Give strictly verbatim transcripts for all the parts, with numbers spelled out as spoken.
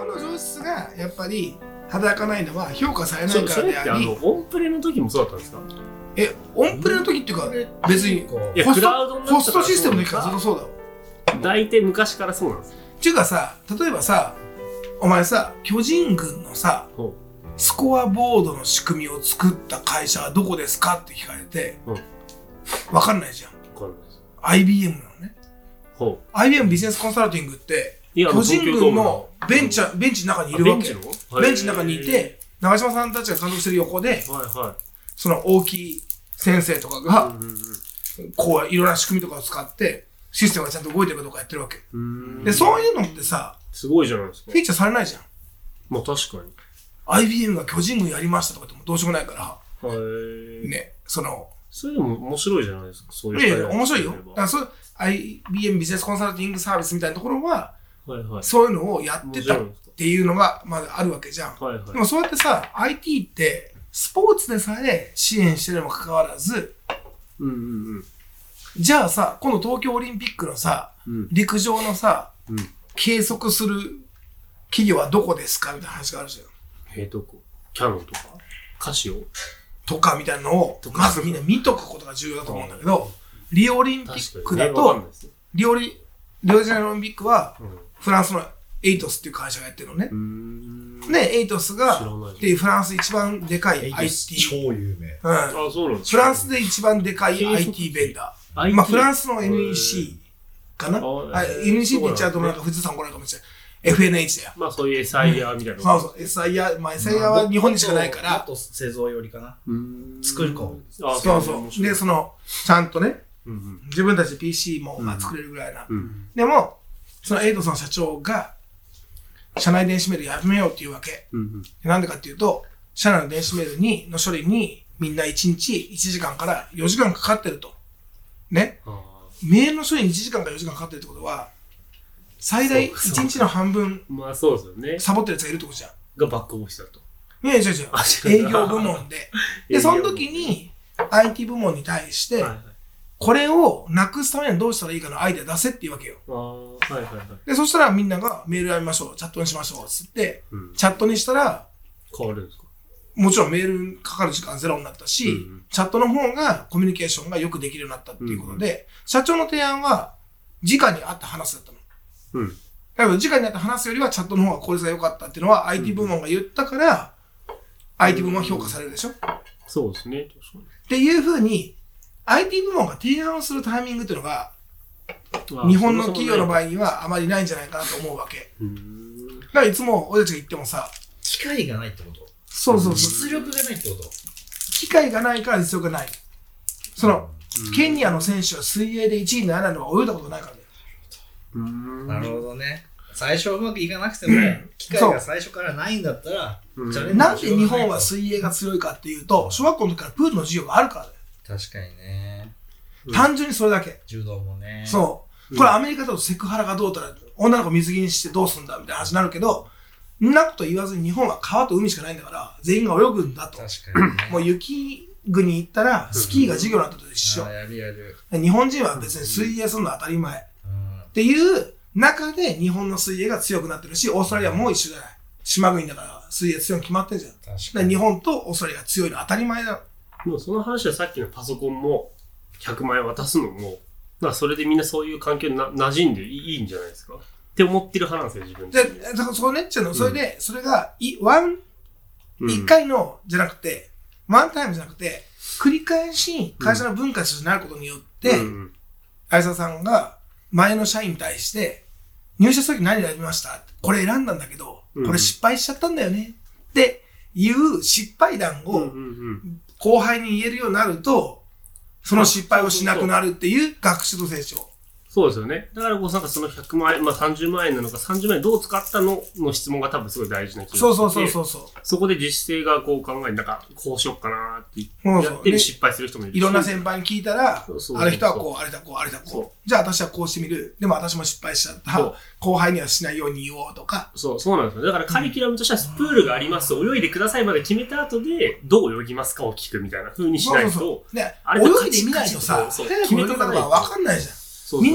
本の上質がやっぱり働かないのは評価されないからであり。 それってあのオンプレの時もそうだったんですか？ え、オンプレの時っていうか別にいやホスト、 クラウドになったからホストシステムの時からずっとそうだわ。 大体昔からそうなんですよ。 っていうかさ、例えばさ、お前さ、巨人軍のさ、スコアボードの仕組みを作った会社はどこですかって聞かれて、うん、分かんないじゃん。 分かんないです。 アイビーエム なのね。 ほう。 アイビーエム ビジネスコンサルティングって、巨人軍のベンチ、ベンチの中にいるわけ。ベンチの？ベンチの中にいて、長嶋さんたちが監督してる横で、はいはい、その大きい先生とかが、うんうんうん、こういろんな仕組みとかを使って、システムがちゃんと動いてるかどうかやってるわけ。で、そういうのってさ、 すごいじゃないですか。 フィーチャーされないじゃん。 まあ確かに。 アイビーエム が巨人軍やりましたとかってもどうしようもないから。へー。 ね、その。 それでも面白いじゃないですか。そういう。 いやいや、面白いよ。だからそう、アイビーエム ビジネスコンサルティングサービスみたいなところは、はいはい、そういうのをやってたっていうのがまだあるわけじゃん。はいはい、でもそうやってさ、アイティー ってスポーツでさえ支援してるにもかかわらず、うんうんうん、じゃあさ、今度東京オリンピックのさ、うん、陸上のさ、うん、計測する企業はどこですかみたいな話があるじゃん。 えー、どこ？キャノンとかカシオとかみたいなのを、まずみんな見とくことが重要だと思うんだけど、リオオリンピックだと、リオリ、リオデジャネイロオリンピックは、うん、フランスのエイトスっていう会社がやってるのね。で、エイトスが、っていうフランス一番でかい アイティー。 超有名。 うん。あ、そうなんですか。フランスで一番でかい アイティー ベンダー。まあ、フランスの エヌイーシー かな。エヌイーシー って言っちゃうと、なんか、富士山来ないかもしれない。エフエヌエイチ だよ。 まあ、そういうエスアイアーみたいな。 そうそう。エスアイアー、まあ、エスアイアーは日本にしかないから。 あと製造よりかな。作るかも。 そうそう。で、その、ちゃんとね、自分たちで ピーシー も作れるぐらいな。でも、そのエイトスの社長が、社内電子メールやめようっていうわけ。なんでかっていうと、社内の電子メールに、の処理に、みんないちにちいちじかんからよじかんかかってると。ね。メールの処理にいちじかんからよじかんかかってるってことは、最大いちにちの半分、 まあそうですよね。 サボってるやつがいるってことじゃん。 がバックオフィスだと。 いやいやいや、営業部門で。で、その時に アイティー 部門に対して、これをなくすためにはどうしたらいいかのアイデア出せっていうわけよ。はいはいはい。で、そしたらみんながメールやめましょう、チャットにしましょう、つって、うん、チャットにしたら、 変わるんですか？ もちろんメールかかる時間ゼロになったし、うんうん、チャットの方がコミュニケーションがよくできるようになったっていうことで、うんうん、社長の提案は、直に会って話すだったの。うん。だけど、直に会って話すよりはチャットの方が効率が良かったっていうのは アイティー 部門が言ったから、うん、アイティー 部門は評価されるでしょ？ そうですね。 っていうふうに、アイティー 部門が提案をするタイミングっていうのが、日本の企業の場合にはあまりないんじゃないかなと思うわけ。うーん。だからいつも俺たちが言ってもさ、 機会がないってこと？ そうそうそう。 実力がないってこと？ 機会がないから実力がない。その、ケニアの選手は水泳でいちいにならないのは泳いだことないからね。 うーん。なるほどね。最初うまくいかなくても、機会が最初からないんだったら、 なんで日本は水泳が強いかっていうと、小学校の時からプールの授業があるからだよ。 確かにね。 単純にそれだけ。 柔道もね。 そう。これアメリカだとセクハラがどうたら、女の子水着にしてどうすんだみたいな話になるけど、んなこと言わずに日本は川と海しかないんだから、全員が泳ぐんだと。 確かにね。 もう雪国行ったら、スキーが授業になったと一緒。 あ、やるやる。 日本人は別に水泳するのは当たり前。っていう中で日本の水泳が強くなってるし、オーストラリアも一緒じゃない。島国だから水泳強いに決まってんじゃん。確かに。日本とオーストラリアが強いのは当たり前だ。 でもその話はさっきのパソコンもひゃくまんえん渡すのも、まあそれでみんなそういう環境にな馴染んでいいんじゃないですかって思ってる派なんですよ、自分で。 で、だからそうねっちゃうの、それで、それが、い、ワン、一回のじゃなくて、ワンタイムじゃなくて、繰り返し会社の文化としてなることによって、相沢さんが前の社員に対して、入社した時何選びました？これ選んだんだけど、これ失敗しちゃったんだよね。っていう失敗談を後輩に言えるようになると、その失敗をしなくなるっていう学習と成長。 そうですよね。だからこうなんかそのひゃくまんえん、まあさんじゅうまんえんなのかさんじゅうまんえんどう使ったのの質問が多分すごい大事な気がして。 そうそうそうそうそう。 そこで自主性がこう考え、なんかこうしよっかなってやってる失敗する人もいるし。 いろんな先輩に聞いたら、そうそうそうそう、ある人はこう、あれだこう、あれだこう。じゃあ私はこうしてみる。でも私も失敗しちゃった。後輩にはしないように言おうとか。 そう、そうなんですよ。だからカリキュラムとしてはスプールがあります。泳いでくださいまで決めた後で、どう泳ぎますかを聞くみたいな風にしないと。 そうそうそう。ね、泳いでみないとさ、早く泳ぎ方がわかんないじゃん。みんなね、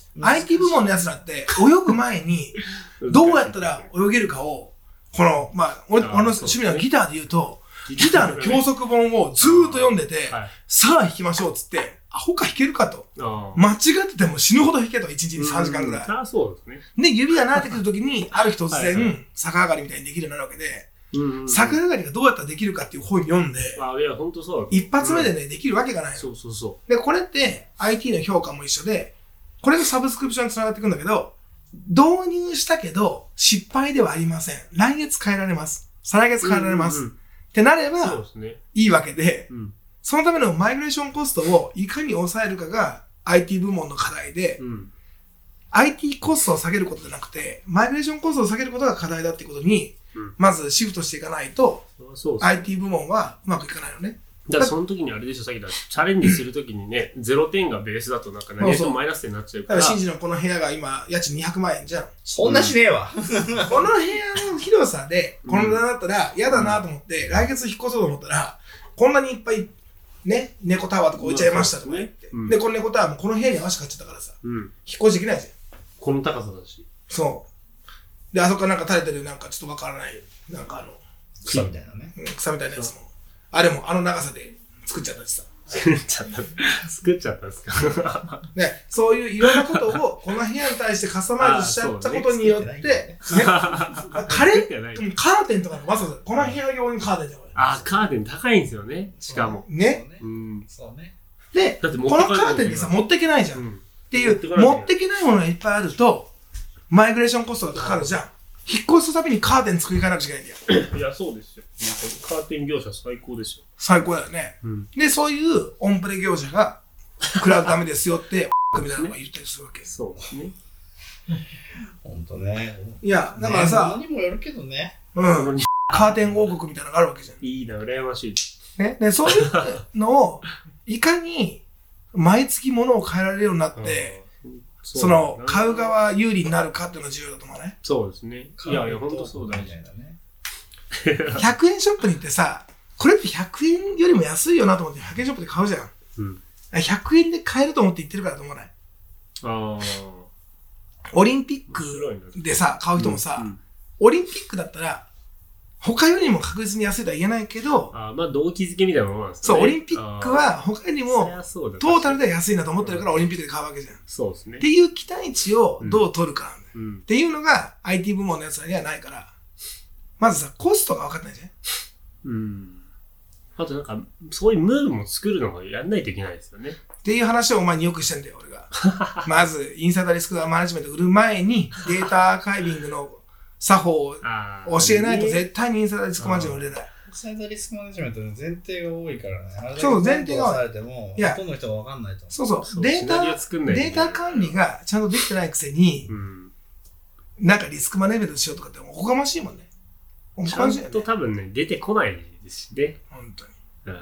アイティー 部門のやつらって泳ぐ前にどうやったら泳げるかを、この、まあ、俺の趣味のギターで言うと、ギターの教則本をずーっと読んでて、さあ弾きましょうっつって、アホか弾けるかと。間違ってても死ぬほど弾けと、いちにちにさんじかんぐらい。 あ、そうですね。 で、指が慣れてくるときに、ある日突然、逆上がりみたいにできるようになるわけで、逆上がりがどうやったらできるかっていう本読んで、 あ、いや、ほんとそう。 一発目でね、できるわけがないの。 そうそうそう。 で、これって アイティー の評価も一緒で、これがサブスクリプションに繋がってくるんだけど、導入したけど、失敗ではありません。来月変えられます。再来月変えられます。うんうんうん、ってなれば、そうですね、いいわけで、うん、そのためのマイグレーションコストをいかに抑えるかが アイティー 部門の課題で、うん、アイティー コストを下げることじゃなくて、マイグレーションコストを下げることが課題だっていうことに、うん、まずシフトしていかないと、アイティー 部門はうまくいかないのね。 だからその時にあれでしょ、さっきだ、チャレンジする時にね、ゼロてんがベースだとなんか何しろマイナス点になっちゃうから。 だから、シンジのこの部屋が今、家賃にひゃくまんえんじゃん。 そんなしねえわ。 この部屋の広さで、この値段だったら嫌だなと思って、うん、来月引っ越そうと思ったら、こんなにいっぱい、ね、猫タワーとか置いちゃいましたとか言って。うん、で、この猫タワーもこの部屋に合わせて買っちゃったからさ、うん、引っ越しできないじゃん。 この高さだし。 そう。で、あそこからなんか垂れてるなんかちょっとわからない、なんかあの、 草みたいなね。 うん、草みたいなやつも。あれもあの長さで、作っちゃったしさ。 作っちゃった。作っちゃったんですかね、そういういろんなことをこの部屋に対してカスタマイズしちゃったことによって、ね、カレー、カーテンとかのわざわざこの部屋用にカーテンじゃん。 あ、カーテン高いんですよね。しかも。 ね。 うん。そうね。 で、このカーテンにさ、持っていけないじゃん。うん、っていう、持っていけないものがいっぱいあると、マイグレーションコストがかかるじゃん。引っ越すたびにカーテン作り替えなくちゃいけないんだよ。 いや、そうですよ。カーテン業者最高ですよ。 最高だよね。うん、で、そういうオンプレ業者が、クラウドダメですよって、みたいなのが言ったりするわけ。 そうですね。 ほんとね。 いや、だからさ、 何もよるけどね。 うん。カーテン王国みたいなのがあるわけじゃん。 いいな、羨ましい。 ね。で、そういうのを、いかに、毎月物を変えられるようになって、その、買う側有利になるかっていうのが重要だと思うね。 そうですね。いやいや、ほんとそうだね。 ひゃくえんショップに行ってさ、これってひゃくえんよりも安いよなと思ってひゃくえんショップで買うじゃん。うん、ひゃくえんで買えると思って言ってるからと思わない？ああ。オリンピックでさ、買う人もさ、うんうん、オリンピックだったら、他よりも確実に安いとは言えないけど、 あまあ動機づけみたいなものなんですね。 そう、オリンピックは他にもトータルで安いなと思ってるからオリンピックで買うわけじゃん。 そうですね。 っていう期待値をどう取るかなんだよ、うん、っていうのが アイティー 部門のやつらにはないから、まずさ、コストが分かってないじゃん。うん。 あとなんか、そういうムーブも作るのがやんないといけないですよね。 っていう話をお前によくしてんだよ、俺が。まず、インサイダーリスクマネジメント売る前にデータアーカイビングの作法を教えないと絶対にインサイダーリスクマネジメント売れない。 インサイダーリスクマネジメントの前提が多いからね。 そう、前提が多い。いや、ほとんどの人が分かんないと思う。 そうそう。データ、データ管理がちゃんとできてないくせに、うん、なんかリスクマネジメントしようとかっておこがましいもんね。 ちゃんと多分ね、出てこないですしね。 本当に。 うん、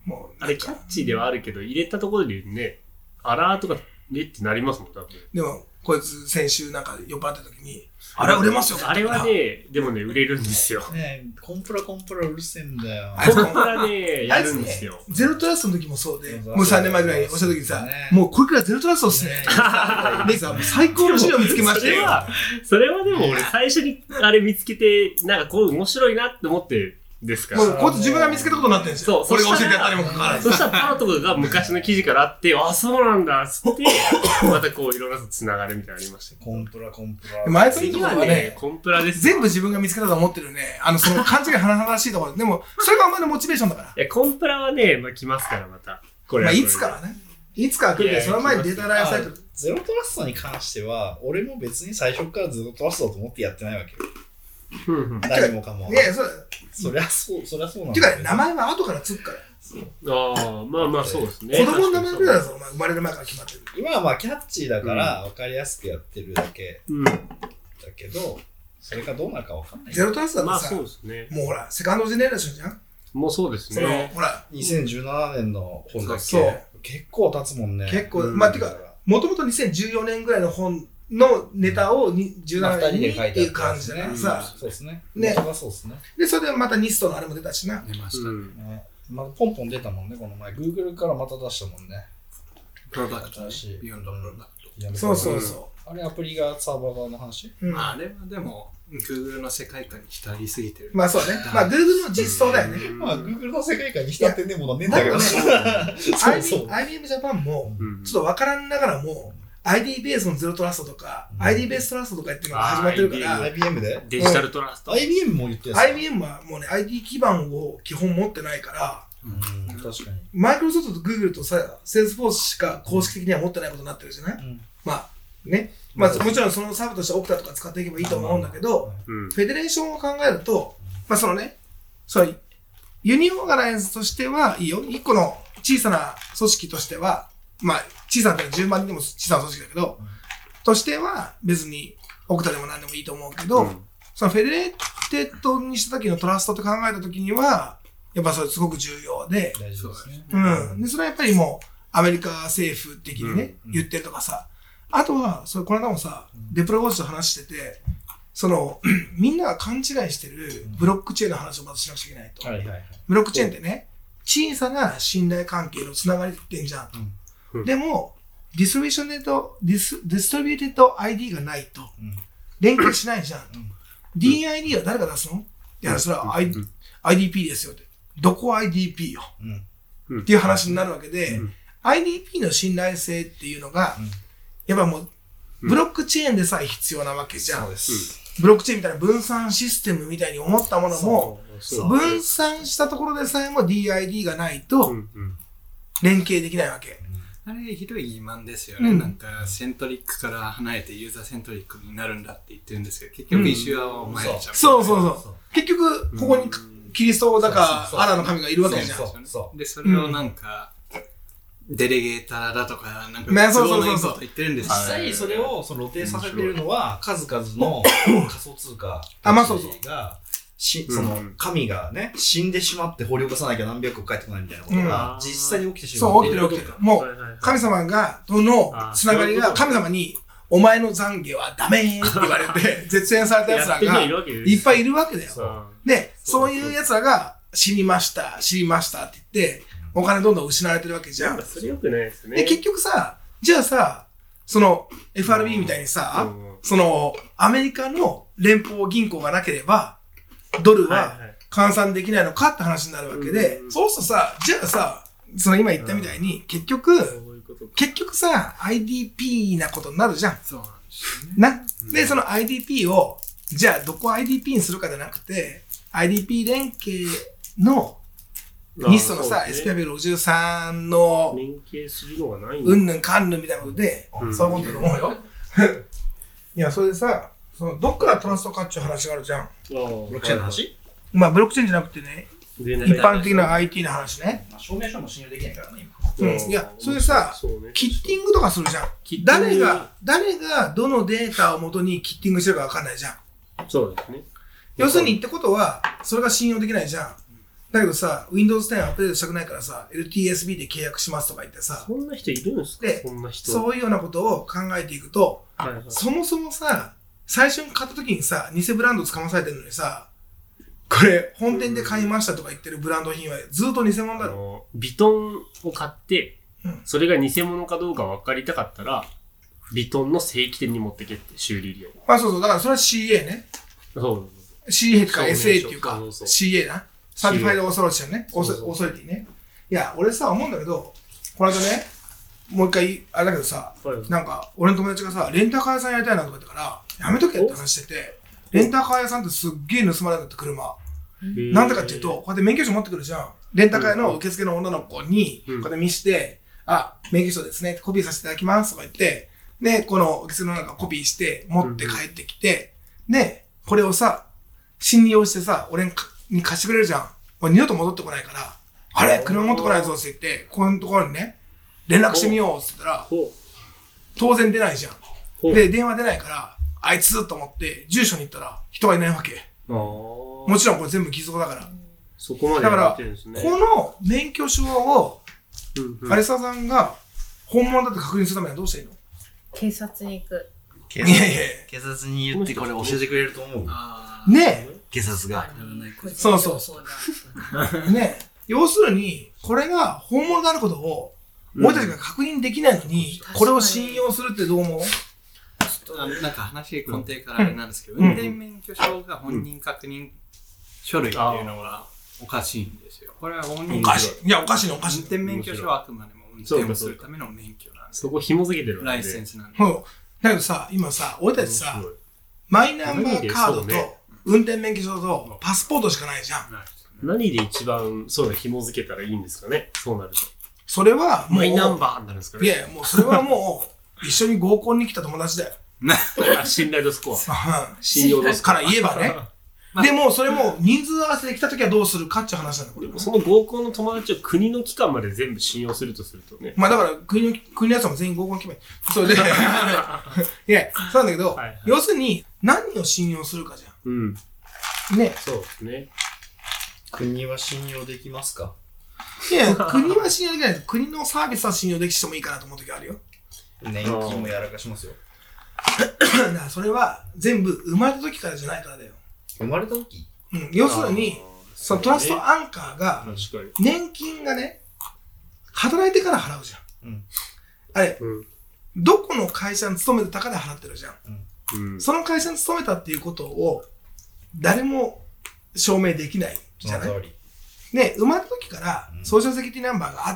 もうあれキャッチーではあるけど、入れたところでね、アラートがねってなりますもん、多分。 でも、こいつ先週なんか酔っ払った時に、あれ売れますよ。 あれはね、でもね、売れるんですよ。 ねコンプラコンプラうるせえんだよ。 コンプラね、やるんですよ。 ゼロトラストの時もそうで、もうさんねんまえぐらいにおっしゃった時にさ、もうこれからゼロトラストっすね。でさ、最高の資料見つけましたよ。 それは、それはでも俺最初にあれ見つけて、なんかこう面白いなって思って、ですから。 もうこいつ自分が見つけたことになってるんですよ。そう。これが教えてやったにもかかわらず。 そしたらパロとかが昔の記事からあって、あ、そうなんだ、つって、またこういろんなと繋がるみたいなのありました。 コンプラ、コンプラ。 でもあいつのいいところはね、 コンプラです。 全部自分が見つけたと思ってるね。あの、その勘違い話しいところで。でも、それがお前のモチベーションだから。 いや、コンプラはね、まあ来ますから、また。 これ。まあ、いつかはね。いつかは来るけど、その前にデータライフサイクル。 ゼロトラストに関しては、俺も別に最初からゼロトラストだと思ってやってないわけよ。何もかも。 いや、そうだ。 そりゃそう、そりゃそうなんだ。ていうかね、名前は後からつくから。 ああ、まあまあそうですね。 子供の名前ぐらいだぞ、お前生まれる前から決まってる。 今はまあキャッチーだから分かりやすくやってるだけ。うん。だけど、それがどうなるか分かんない。 ゼロトラストだってさ、 まあそうですね。 もうほら、セカンドジェネレーションじゃん。 もうそうですね。 ほら、 にせんじゅうななねんの本だっけ。そう。結構経つもんね。 結構、まあてか、もともとにせんじゅうよねんぐらいの本のネタをじゅうななねんにっていう感じだからさ。 そうですね。 ね。 そうですね。 で、それでまたニストのあれも出たしな。 出ましたね。またポンポン出たもんね、この前。Google からまた出したもんね。 プロダクトだし、ビヨンドプロダクト。 そうそうそあれアプリがサーバー側の話、 う。うん、 まあ、あれはでも Google の世界観に浸りすぎてる。 まあそうね。まあ Google の実装だよね。 まあ Google の世界観に浸ってねえものはねえんだけどね。 アイビーエム ジャパンもちょっとわからんながらも アイディー ベースのゼロトラストとか、うん、アイディー ベーストラストとかっていうのが始まってるから、 アイビーエム でデジタルトラスト、 うん、アイビーエム も言ってるんですか？ アイビーエム はもうね アイディー 基盤を基本持ってないから、 うん、確かにマイクロソフトと Google とさセールスフォースしか公式的には持ってないことになってるじゃない、うん、まあね、まあ、もちろんそのサーブとしてオクタとか使っていけばいいと思うんだけど、うん、フェデレーションを考えると、まあそのね、そのユニオーガナイズとしてはいいよ。一個の小さな組織としては、まあ小さなってじゅうまんにんでも小さな組織だけど、うん、としては別にオクタでも何でもいいと思うけど、うん、そのフェデレーテッドにした時のトラストと考えた時には、やっぱそれすごく重要で、 大事ですね。 うん。で、それはやっぱりもうアメリカ政府的にね、うん、言ってるとかさ、あとは、それこの間もさ、デプロウォッチと話してて、その、みんなが勘違いしてるブロックチェーンの話をまずしなくちゃいけないと。 はいはいはい、 ブロックチェーンってね、小さな信頼関係のつながりって言ってんじゃんと。うん、でも、ディストリビューションネット、ディス、ディストリビューテッド アイディー がないと、連携しないじゃんと。うん、ディーアイディー は誰が出すの？いや、それは アイディーピー ですよって。どこ アイディーピー よ、うん、っていう話になるわけで、うん、アイディーピー の信頼性っていうのが、うん、やっぱもう、ブロックチェーンでさえ必要なわけじゃん。 そうです。 ブロックチェーンみたいな分散システムみたいに思ったものも、分散したところでさえも ディーアイディー がないと、連携できないわけ。 あれ、ひどい疑問ですよね、うん。なんか、セントリックから離れてユーザーセントリックになるんだって言ってるんですけど、結局、イシュアを前にちゃう。 そうそうそう。結局、ここにキリストだか、アラの神がいるわけじゃん。 そうそうで、それをなんか、デレゲーターだとか、なんか、 そうそうそうそう。 言ってるんです実際それをその露呈させてるのは、数々の仮想通貨が、し、その、神がね、死んでしまって掘り起こさなきゃ何百個帰ってこないみたいなことが、実際に起きてしまう。 そう、起きてる起きてる。もう、神様が、とのつながりが、神様に、お前の懺悔はダメーって言われて、絶縁された奴らが、いっぱいいるわけだよ。で、そういう奴らが、死にました、死にましたって言って、お金どんどん失われてるわけじゃん。 それ良くないですね。 で、結局さ、じゃあさ、その エフアールビー みたいにさ、そのアメリカの連邦銀行がなければ、ドルは換算できないのかって話になるわけで、そうするとさ、じゃあさ、その今言ったみたいに、結局、結局さ、アイディーピー なことになるじゃん。 そうなんですよね。な。で、その アイディーピー を、じゃあどこ アイディーピー にするかじゃなくて、アイディーピー 連携のニストのさ、エスピーアイビーろくじゅうさん の、 連携するのがないんだ。うんぬんかんぬんみたいなことで、うん、そういうことだと思うよ。いや、それでさ、そのどっからトラストかっていう話があるじゃん。 ブロックチェーンの話？ まあ、ブロックチェーンじゃなくてね、一般的な アイティー の話ね。 まあ、証明書も信用できないからね、 今。うん。いや、それでさ、ね、キッティングとかするじゃん。誰が、誰がどのデータを元にキッティングしてるかわかんないじゃん。 そうですね。 要するに言ってことは、それが信用できないじゃん。だけどさ、ウィンドウズテンアップデートしたくないからさ、エルティーエスビー で契約しますとか言ってさ。 そんな人いるんですか？ で、 そんな人。 そういうようなことを考えていくと、はいはい、そもそもさ、最初に買った時にさ、偽ブランドつかまされてるのにさ、これ、本店で買いましたとか言ってるブランド品はずっと偽物だろ。 ビトンを買って、うん、それが偽物かどうか分かりたかったら、ビトンの正規店に持ってけって修理料。 あ、そうそう。だからそれは シーエー ね。 そう。 シーエー とか エスエー っていうか、そうそう シーエー な。サーティファイドオーソロションね。オーソリティね。いや、俺さ、思うんだけど、この間ね、もう一回、あれだけどさ、はい、なんか、俺の友達がさ、レンタカー屋さんやりたいなとか言ったから、やめとけって話してて、レンタカー屋さんってすっげえ盗まれたって車。なんでかっていうと、こうやって免許証持ってくるじゃん。レンタカー屋の受付の女の子に、こうやって見して、うん、あ、免許証ですね、コピーさせていただきますとか言って、で、この受付の中コピーして、持って帰ってきて、うん、で、これをさ、信用してさ、俺にに貸してくれるじゃん。俺二度と戻ってこないから、あれ車持ってこないぞって言って、こういうところにね、連絡してみようって言ったら、当然出ないじゃん。で、電話出ないから、あいつと思って、住所に行ったら人がいないわけ。もちろんこれ全部偽造だから。 そこまでやってるんですね。だから、この免許証を、有沢さんが本物だって確認するためにはどうしたらいいの？ 警察に行く。 警察警察に言ってこれ教えてくれると思う。 ねえ。 警察が。 そうそうそう。ねえ。要するに、これが本物であることをうん、俺たちが確認できないのに、これを信用するってどう思う？ なんか話根底からあれなんですけど、うん、運転免許証が本人確認書類っていうのはおかしいんですよ。これは本人おかしい。いや、おかしいのおかしい。 運転免許証はあくまでも運転をするための免許なんで。 そこ紐づけてるライセンスなんで。 そう。だけどさ、今さ、俺たちさ、マイナンバーカードと運転免許証とパスポートしかないじゃん。 何で一番そうだ紐づけたらいいんですかね、そうなると。 それはもう。 マイナンバーになるんですかね。 いやいや、もうそれはもう、一緒に合コンに来た友達だよ。 信頼度スコア。信用度スコア。 から言えばね。でも、それも人数合わせで来たときはどうするかっていう話なんだ、これ。 その合コンの友達を国の機関まで全部信用するとするとね。 まあだから、国の、国のやつも全員合コン決め。それで、いや、そうなんだけど、はいはい、要するに、何を信用するかじゃん。 うん。 ね。 そうですね。 国は信用できますか？ いや、国は信用できない。国のサービスは信用できしてもいいかなと思うときあるよ。 年金もやらかしますよ。 だからそれは全部生まれた時からじゃないからだよ。 生まれた時？ うん。要するに、そのトラストアンカーが、年金がね、働いてから払うじゃん。うん、あれ、うん、どこの会社に勤めてたかで払ってるじゃん。うん、その会社に勤めたっていうことを、誰も証明できないじゃない。で、生まれた時から、ソーシャルセキュリティナンバーがあって、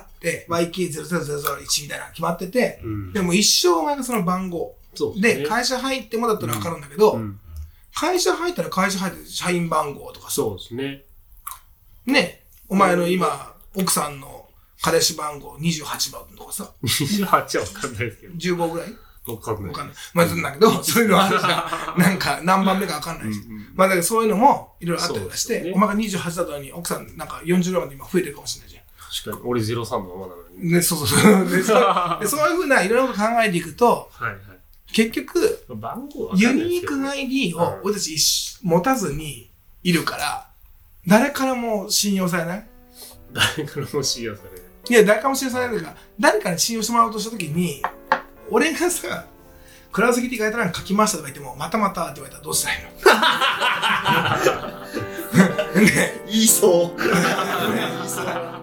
ワイケーゼロゼロゼロゼロいち みたいなのが決まってて、うん、でも一生お前がその番号。で、ね、会社入ってもだったらわかるんだけど、うん、会社入ったら会社入って社員番号とかそうですね。 ね、お前の今、奥さんの彼氏番号にじゅうはちばんとかさ。 にじゅうはちはわかんないですけど。 じゅうごぐらいわかんない。 わかんない。まあ、だけど、そういうのはあるじゃん。なんか、何番目かわかんないし。うんうん、まあ、だけどそういうのもいろいろあったりとかして、ね、お前がにじゅうはちだったのに、奥さんなんかよんじゅうぐらいまで今増えてるかもしれないじゃん。 確かに。俺ゼロさんのままなのに。 ね、そうそうそう。でそうでそういうふうないろいろ考えていくと、はいはい、結局、 番号はユニーク アイディー を俺たち持たずにいるから、誰からも信用されない？ 誰からも信用されない。 いや、誰からも信用されないから、誰かに信用してもらおうとしたときに、俺がさ、クラウドセキュリティガイドライン書きましたとか言っても、またまたって言われたらどうしたらいいの？ね、 言いそう。言いそう。